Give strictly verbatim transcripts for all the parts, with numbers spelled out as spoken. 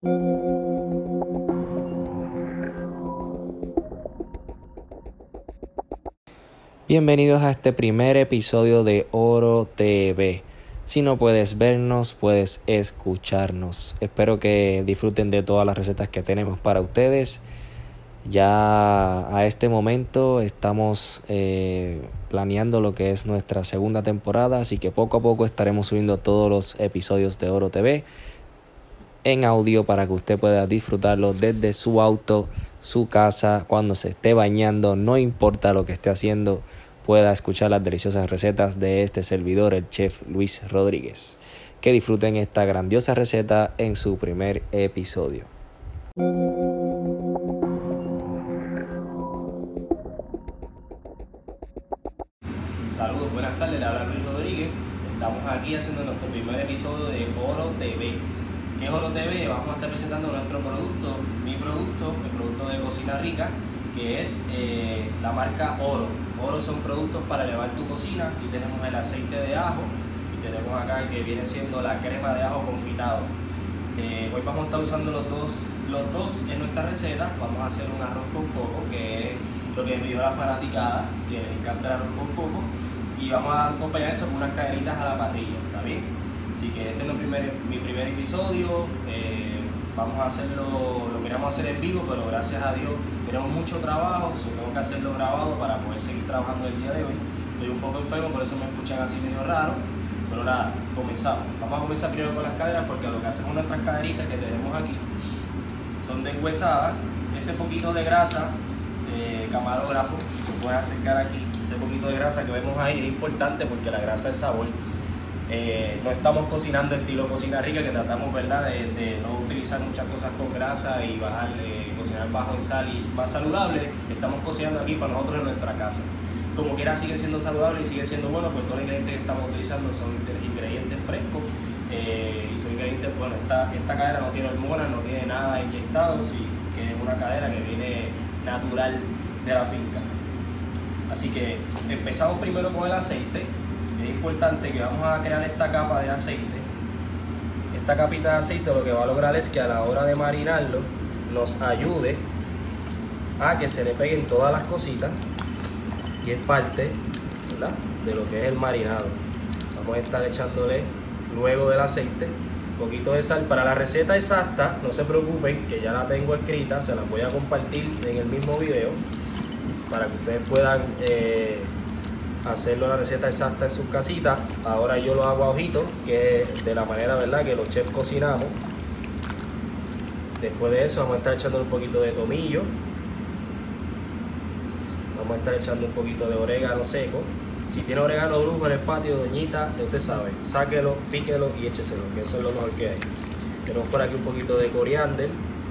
Bienvenidos a este primer episodio de Oro T V. Si no puedes vernos, puedes escucharnos. Espero que disfruten de todas las recetas que tenemos para ustedes. Ya a este momento estamos eh, planeando lo que es nuestra segunda temporada, así que poco a poco estaremos subiendo todos los episodios de Oro T V en audio para que usted pueda disfrutarlo desde su auto, su casa, cuando se esté bañando, no importa lo que esté haciendo, pueda escuchar las deliciosas recetas de este servidor, el chef Luis Rodríguez. Que disfruten esta grandiosa receta en su primer episodio. Saludos, buenas tardes, le habla Luis Rodríguez. Estamos aquí haciendo nuestro primer episodio de Oro T V. ¿Qué es Oro T V? Vamos a estar presentando nuestro producto, mi producto, el producto de Cocina Rica, que es eh, la marca Oro. Oro son productos para elevar tu cocina. Aquí tenemos el aceite de ajo y tenemos acá que viene siendo la crema de ajo confitado. Eh, hoy vamos a estar usando los dos, los dos en nuestra receta. Vamos a hacer un arroz con coco, que es lo que me dio la fanaticada, que les encanta el arroz con coco. Y vamos a acompañar eso con unas cadenitas a la parrilla, ¿está bien? Así que este es mi primer, mi primer episodio. Eh, vamos a hacerlo, lo queríamos hacer en vivo, pero gracias a Dios tenemos mucho trabajo, so tengo que hacerlo grabado para poder seguir trabajando el día de hoy. Estoy un poco enfermo, por eso me escuchan así medio raro, pero nada, comenzamos. Vamos a comenzar primero con las caderas, porque lo que hacemos nuestras caderitas que tenemos aquí son deshuesadas. Ese poquito de grasa, eh, camarógrafo, lo puedes acercar aquí. Ese poquito de grasa que vemos ahí es importante porque la grasa es sabor. Eh, no estamos cocinando estilo Cocina Rica, que tratamos, ¿verdad?, de, de no utilizar muchas cosas con grasa y bajar, eh, cocinar bajo en sal y más saludable. Estamos cocinando aquí para nosotros en nuestra casa. Como quiera sigue siendo saludable y sigue siendo bueno, pues todos los ingredientes que estamos utilizando son ingredientes frescos eh, y son ingredientes, bueno, esta, esta cadera no tiene hormonas, no tiene nada inyectado, sí, que es una cadera que viene natural de la finca. Así que empezamos primero con el aceite. Es importante que vamos a crear esta capa de aceite. Esta capita de aceite lo que va a lograr es que a la hora de marinarlo nos ayude a que se le peguen todas las cositas, y es parte, ¿verdad?, de lo que es el marinado. Vamos a estar echándole luego del aceite un poquito de sal. Para la receta exacta, no se preocupen, que ya la tengo escrita, se la voy a compartir en el mismo video para que ustedes puedan eh, hacerlo la receta exacta en sus casitas. Ahora yo lo hago a ojitos, que es de la manera, ¿verdad?, que los chefs cocinamos. Después de eso vamos a estar echando un poquito de tomillo, vamos a estar echando un poquito de orégano seco. Si tiene orégano brujo en el patio, doñita, usted sabe, sáquelo, píquelo y écheselo, que eso es lo mejor que hay. Tenemos por aquí un poquito de coriander.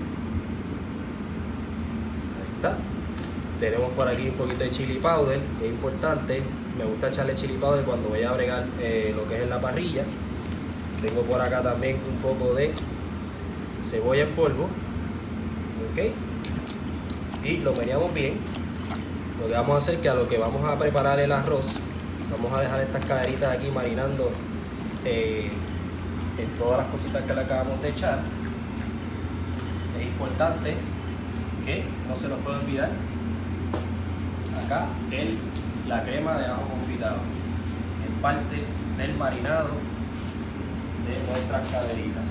Ahí está. Tenemos por aquí un poquito de chili powder, que es importante. Me gusta echarle chili powder cuando voy a bregar eh, lo que es en la parrilla. Tengo por acá también un poco de cebolla en polvo. ¿Ok? Y lo meneamos bien. Lo que vamos a hacer es que a lo que vamos a preparar el arroz, vamos a dejar estas caderitas aquí marinando eh, en todas las cositas que le acabamos de echar. Es importante que no se nos pueda olvidar acá el, la crema de ajo confitado, es parte del marinado de nuestras caderitas.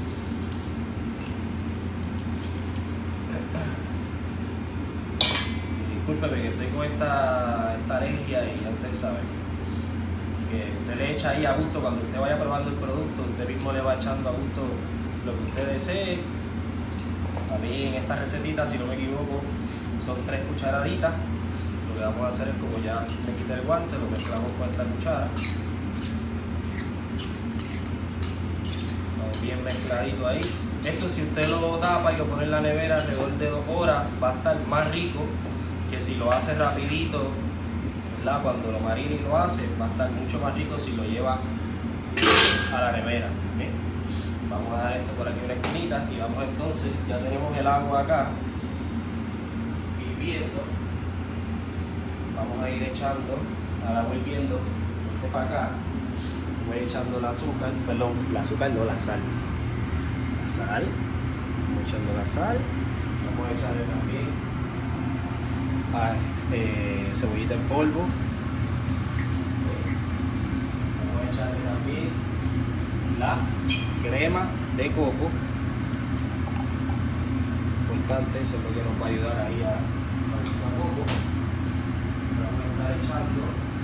Discúlpeme que estoy con esta, esta alergia y ya usted sabe que usted le echa ahí a gusto. Cuando usted vaya probando el producto, usted mismo le va echando a gusto lo que usted desee. A mí en esta recetita, si no me equivoco, son tres cucharaditas. Lo que vamos a hacer es, como ya me quité el guante, lo mezclamos con esta cuchara. Vamos bien mezcladito ahí. Esto, si usted lo tapa y lo pone en la nevera alrededor de dos horas, va a estar más rico que si lo hace rapidito, ¿verdad? Cuando lo marina y lo hace, va a estar mucho más rico si lo lleva a la nevera. ¿Okay? Vamos a dejar esto por aquí una esquinita y vamos entonces, ya tenemos el agua acá hirviendo. Vamos a ir echando al agua hirviendo, este para acá. Voy echando el azúcar, perdón, el azúcar no, la sal. La sal, mucho sal, vamos a echarle también a, eh, cebollita en polvo, vamos a echarle también la crema de coco, importante, eso es lo que nos va a ayudar ahí a salsar un poco. Vamos a estar echando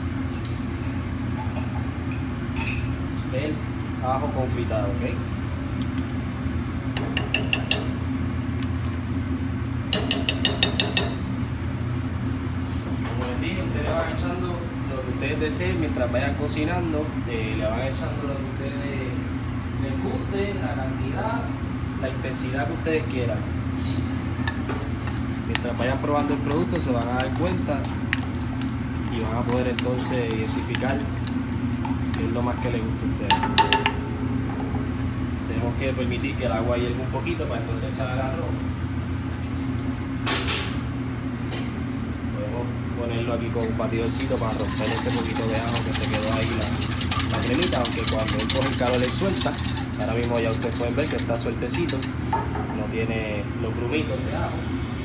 el ajo confitado, ¿ok? Como les dije, ustedes van echando lo que ustedes deseen mientras vayan cocinando, eh, le van echando lo que ustedes les guste, la cantidad, la intensidad que ustedes quieran. Mientras vayan probando el producto se van a dar cuenta y van a poder entonces identificar qué es lo más que les gusta a ustedes. Tenemos que permitir que el agua hierva un poquito para entonces echar el arroz. Podemos ponerlo aquí con un batidorcito para romper ese poquito de ajo que se quedó ahí la, la cremita, aunque cuando él coge el calor le suelta. Ahora mismo ya ustedes pueden ver que está sueltecito, no tiene los grumitos de ajo.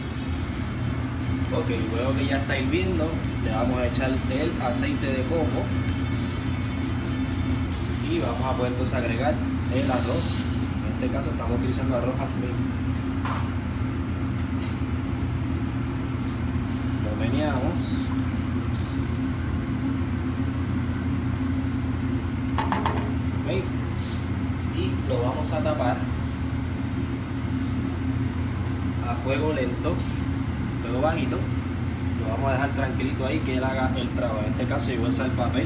Ok, luego que ya está hirviendo, le vamos a echar el aceite de coco y vamos a poder entonces agregar el arroz. En este caso estamos utilizando arroz jazmín. Lo meneamos. Okay. Y lo vamos a tapar a fuego lento, fuego bajito. Lo vamos a dejar tranquilito ahí que él haga el trabajo. En este caso yo voy a usar el papel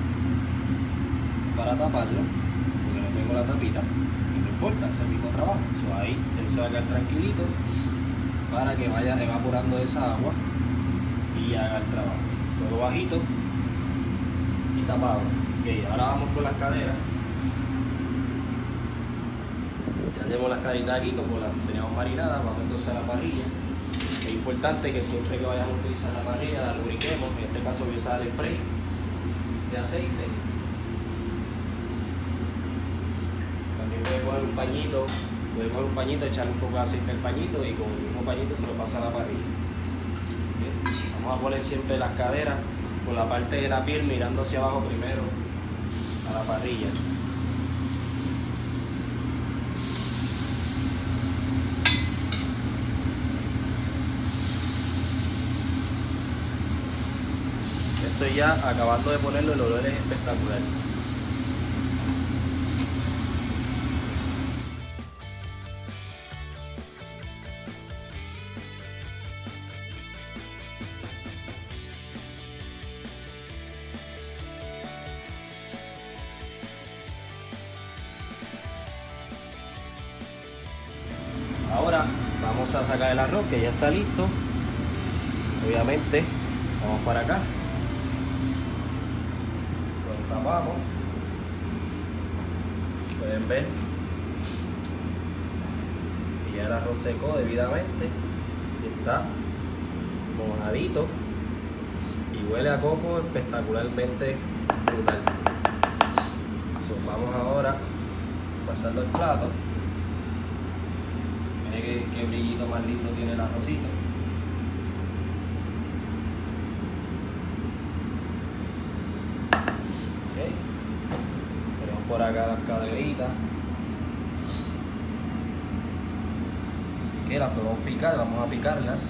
para taparlo, porque no tengo la tapita, no importa, es el mismo trabajo. So, ahí él se va a quedar tranquilito para que vaya evaporando esa agua y haga el trabajo. Fuego bajito y tapado. Ok, ahora vamos con las caderas. Ya tenemos las caderitas aquí, como las teníamos marinadas, vamos entonces a la parrilla. Es importante que siempre que vayan a utilizar la parrilla la lubriquemos. En este caso voy a usar el spray de aceite. Coger un pañito, voy a coger un pañito, echar un poco de aceite al pañito y con el mismo pañito se lo pasa a la parrilla. ¿Okay? Vamos a poner siempre las caderas con la parte de la piel mirando hacia abajo primero a la parrilla. Estoy ya acabando de ponerlo, el olor es espectacular. Ahora vamos a sacar el arroz que ya está listo. Obviamente, vamos para acá. Lo tapamos. Pueden ver que ya el arroz secó debidamente. Y está mojadito. Y huele a coco espectacularmente brutal. So, vamos ahora a pasarlo al plato. Qué, qué brillito más lindo tiene el arrocito. Okay. Tenemos por acá las caderitas que las podemos picar, vamos a picarlas.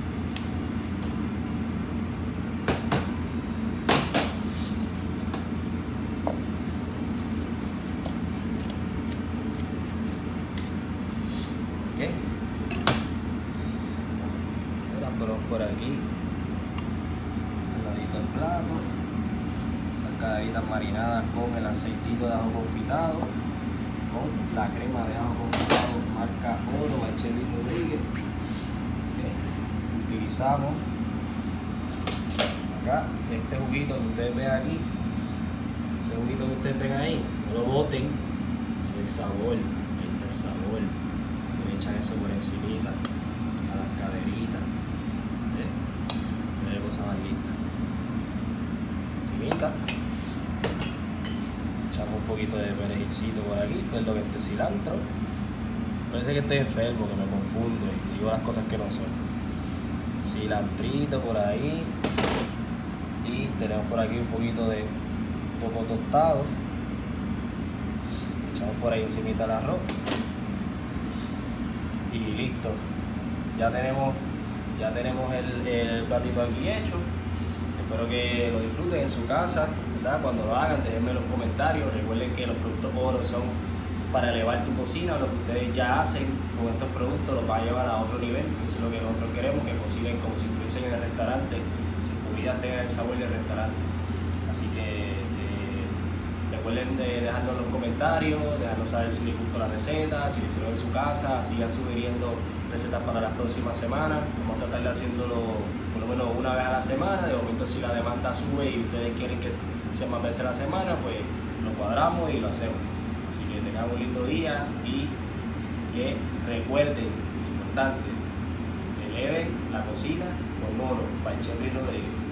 Por aquí al ladito del plato, esas caderitas marinadas con el aceitito de ajo confitado, con la crema de ajo confitado marca Oro Bachelín Rodríguez. Okay. Utilizamos acá este juguito que ustedes ven aquí, ese juguito que ustedes ven ahí, no lo boten, es el sabor, el sabor, le echan eso por encimita a las caderitas. Cosa más linda. Encimita. Echamos un poquito de perejilcito por aquí, pues lo que es el cilantro. Parece que estoy enfermo, que me confundo y digo las cosas que no son. Cilantrito por ahí. Y tenemos por aquí un poquito de coco tostado. Echamos por ahí encimita el arroz. Y listo. Ya tenemos, ya tenemos el, el platito aquí hecho. Espero que lo disfruten en su casa, ¿verdad? Cuando lo hagan, déjenme en los comentarios. Recuerden que los productos Oro son para elevar tu cocina. Lo que ustedes ya hacen con estos productos los va a llevar a otro nivel. Eso es lo que nosotros queremos, que cocinen como si estuviesen en el restaurante, sus comidas tengan el sabor del restaurante. Así que eh, recuerden de dejarnos en los comentarios, dejarnos saber si les gustó la receta, si lo hicieron en su casa, sigan sugiriendo recetas para las próximas semanas. Vamos a tratar de haciéndolo por lo menos una vez a la semana. De momento, si la demanda sube y ustedes quieren que sea más veces a la semana, pues lo cuadramos y lo hacemos. Así que tengan un lindo día y que recuerden, importante, eleven la cocina con Oro, by Cherry Rodríguez.